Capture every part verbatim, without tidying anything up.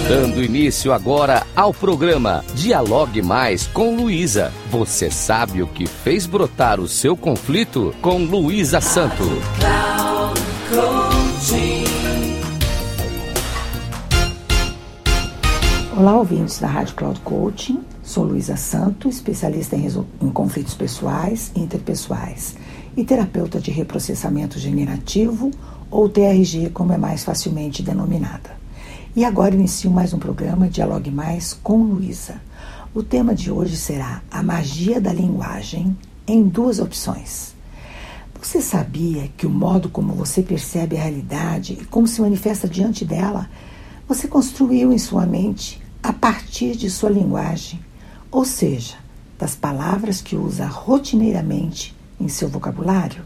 Dando início agora ao programa Dialogue Mais com Luísa. Você sabe o que fez brotar o seu conflito? Com Luísa Santo. Olá, ouvintes da Rádio Cloud Coaching. Sou Luísa Santo, especialista em, em conflitos pessoais e interpessoais e terapeuta de reprocessamento generativo, ou T R G, como é mais facilmente denominada. E agora inicio mais um programa Dialogue Mais com Luísa. O tema de hoje será a magia da linguagem em duas opções. Você sabia que o modo como você percebe a realidade e como se manifesta diante dela, você construiu em sua mente a partir de sua linguagem, ou seja, das palavras que usa rotineiramente em seu vocabulário?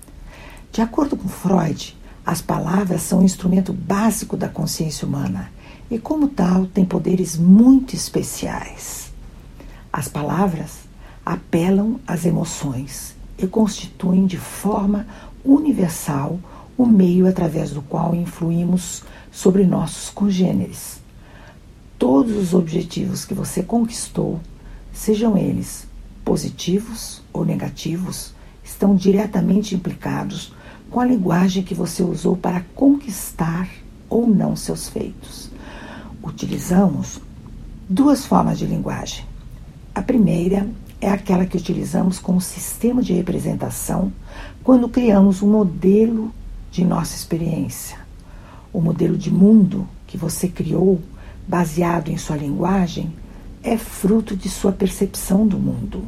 De acordo com Freud, as palavras são um instrumento básico da consciência humana e, como tal, têm poderes muito especiais. As palavras apelam às emoções e constituem de forma universal o meio através do qual influímos sobre nossos congêneres. Todos os objetivos que você conquistou, sejam eles positivos ou negativos, estão diretamente implicados com a linguagem que você usou para conquistar ou não seus feitos. Utilizamos duas formas de linguagem. A primeira é aquela que utilizamos como sistema de representação quando criamos um modelo de nossa experiência. O modelo de mundo que você criou, baseado em sua linguagem, é fruto de sua percepção do mundo.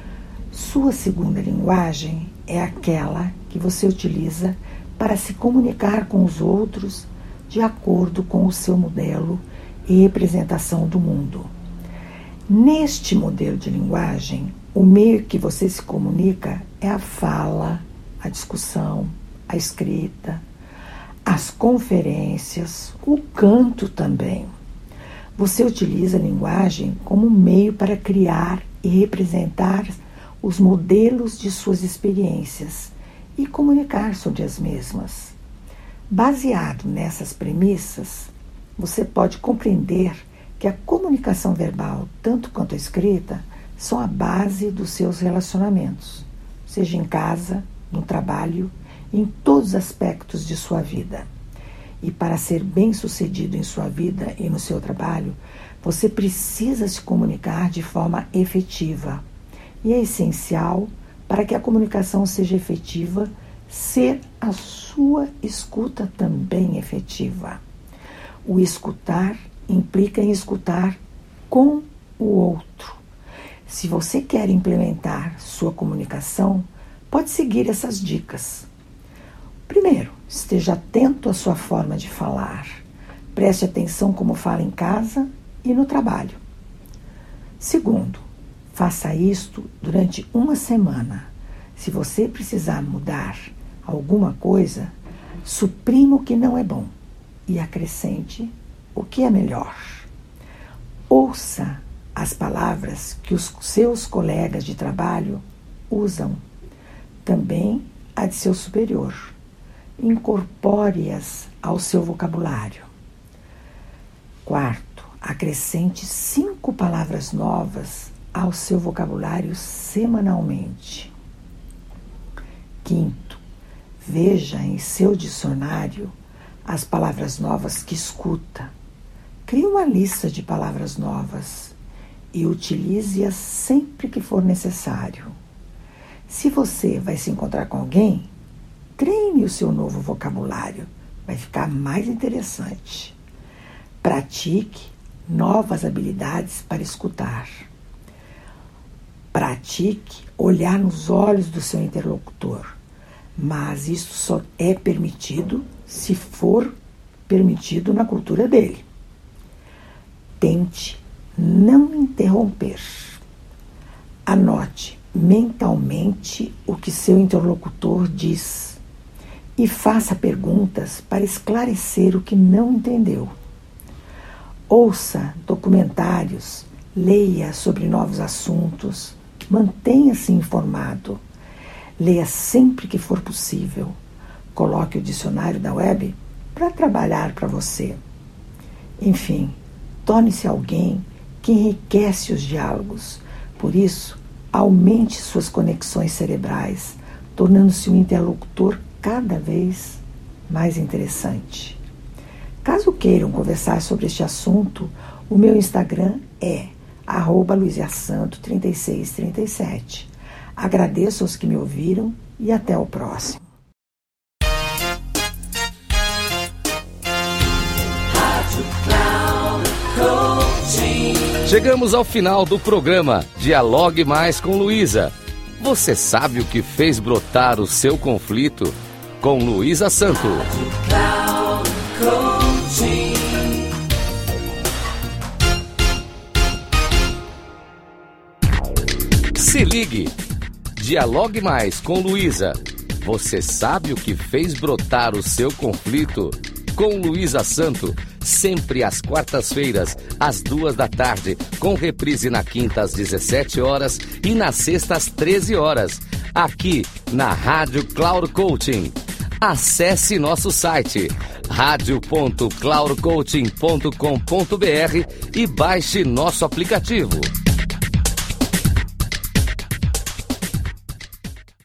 Sua segunda linguagem é aquela que você utiliza para se comunicar com os outros de acordo com o seu modelo e representação do mundo. Neste modelo de linguagem, o meio que você se comunica é a fala, a discussão, a escrita, as conferências, o canto também. Você utiliza a linguagem como meio para criar e representar os modelos de suas experiências e comunicar sobre as mesmas. Baseado nessas premissas, você pode compreender que a comunicação verbal, tanto quanto a escrita, são a base dos seus relacionamentos, seja em casa, no trabalho, em todos os aspectos de sua vida. E para ser bem-sucedido em sua vida e no seu trabalho, você precisa se comunicar de forma efetiva. E é essencial, para que a comunicação seja efetiva, ser a sua escuta também efetiva. O escutar implica em escutar com o outro. Se você quer implementar sua comunicação, pode seguir essas dicas. Primeiro, esteja atento à sua forma de falar. Preste atenção como fala em casa e no trabalho. Segundo, faça isto durante uma semana. Se você precisar mudar alguma coisa, suprima o que não é bom e acrescente o que é melhor. Ouça as palavras que os seus colegas de trabalho usam, também a de seu superior. Incorpore-as ao seu vocabulário. Quarto, acrescente cinco palavras novas ao seu vocabulário semanalmente. Quinto, veja em seu dicionário as palavras novas que escuta. Crie uma lista de palavras novas e utilize-as sempre que for necessário. Se você vai se encontrar com alguém, treine o seu novo vocabulário, vai ficar mais interessante. Pratique novas habilidades para escutar. Pratique olhar nos olhos do seu interlocutor, mas isso só é permitido se for permitido na cultura dele. Tente não interromper. Anote mentalmente o que seu interlocutor diz e faça perguntas para esclarecer o que não entendeu. Ouça documentários, leia sobre novos assuntos, mantenha-se informado. Leia sempre que for possível. Coloque o dicionário da web para trabalhar para você. Enfim, Torne-se alguém que enriquece os diálogos. Por isso, aumente suas conexões cerebrais, tornando-se um interlocutor cada vez mais interessante. Caso queiram conversar sobre este assunto, o meu Instagram é arroba luizasanto trinta e seis trinta e sete. Agradeço aos que me ouviram e até o próximo. Chegamos ao final do programa Dialogue Mais com Luísa. Você sabe o que fez brotar o seu conflito? Com Luísa Santo. Se ligue. Dialogue Mais com Luísa. Você sabe o que fez brotar o seu conflito? Com Luísa Santo, sempre às quartas-feiras, às duas da tarde, com reprise na quinta às dezessete horas e na sexta às treze horas, aqui na Rádio Cloud Coaching. Acesse nosso site radio ponto cloud coaching ponto com ponto b r e baixe nosso aplicativo.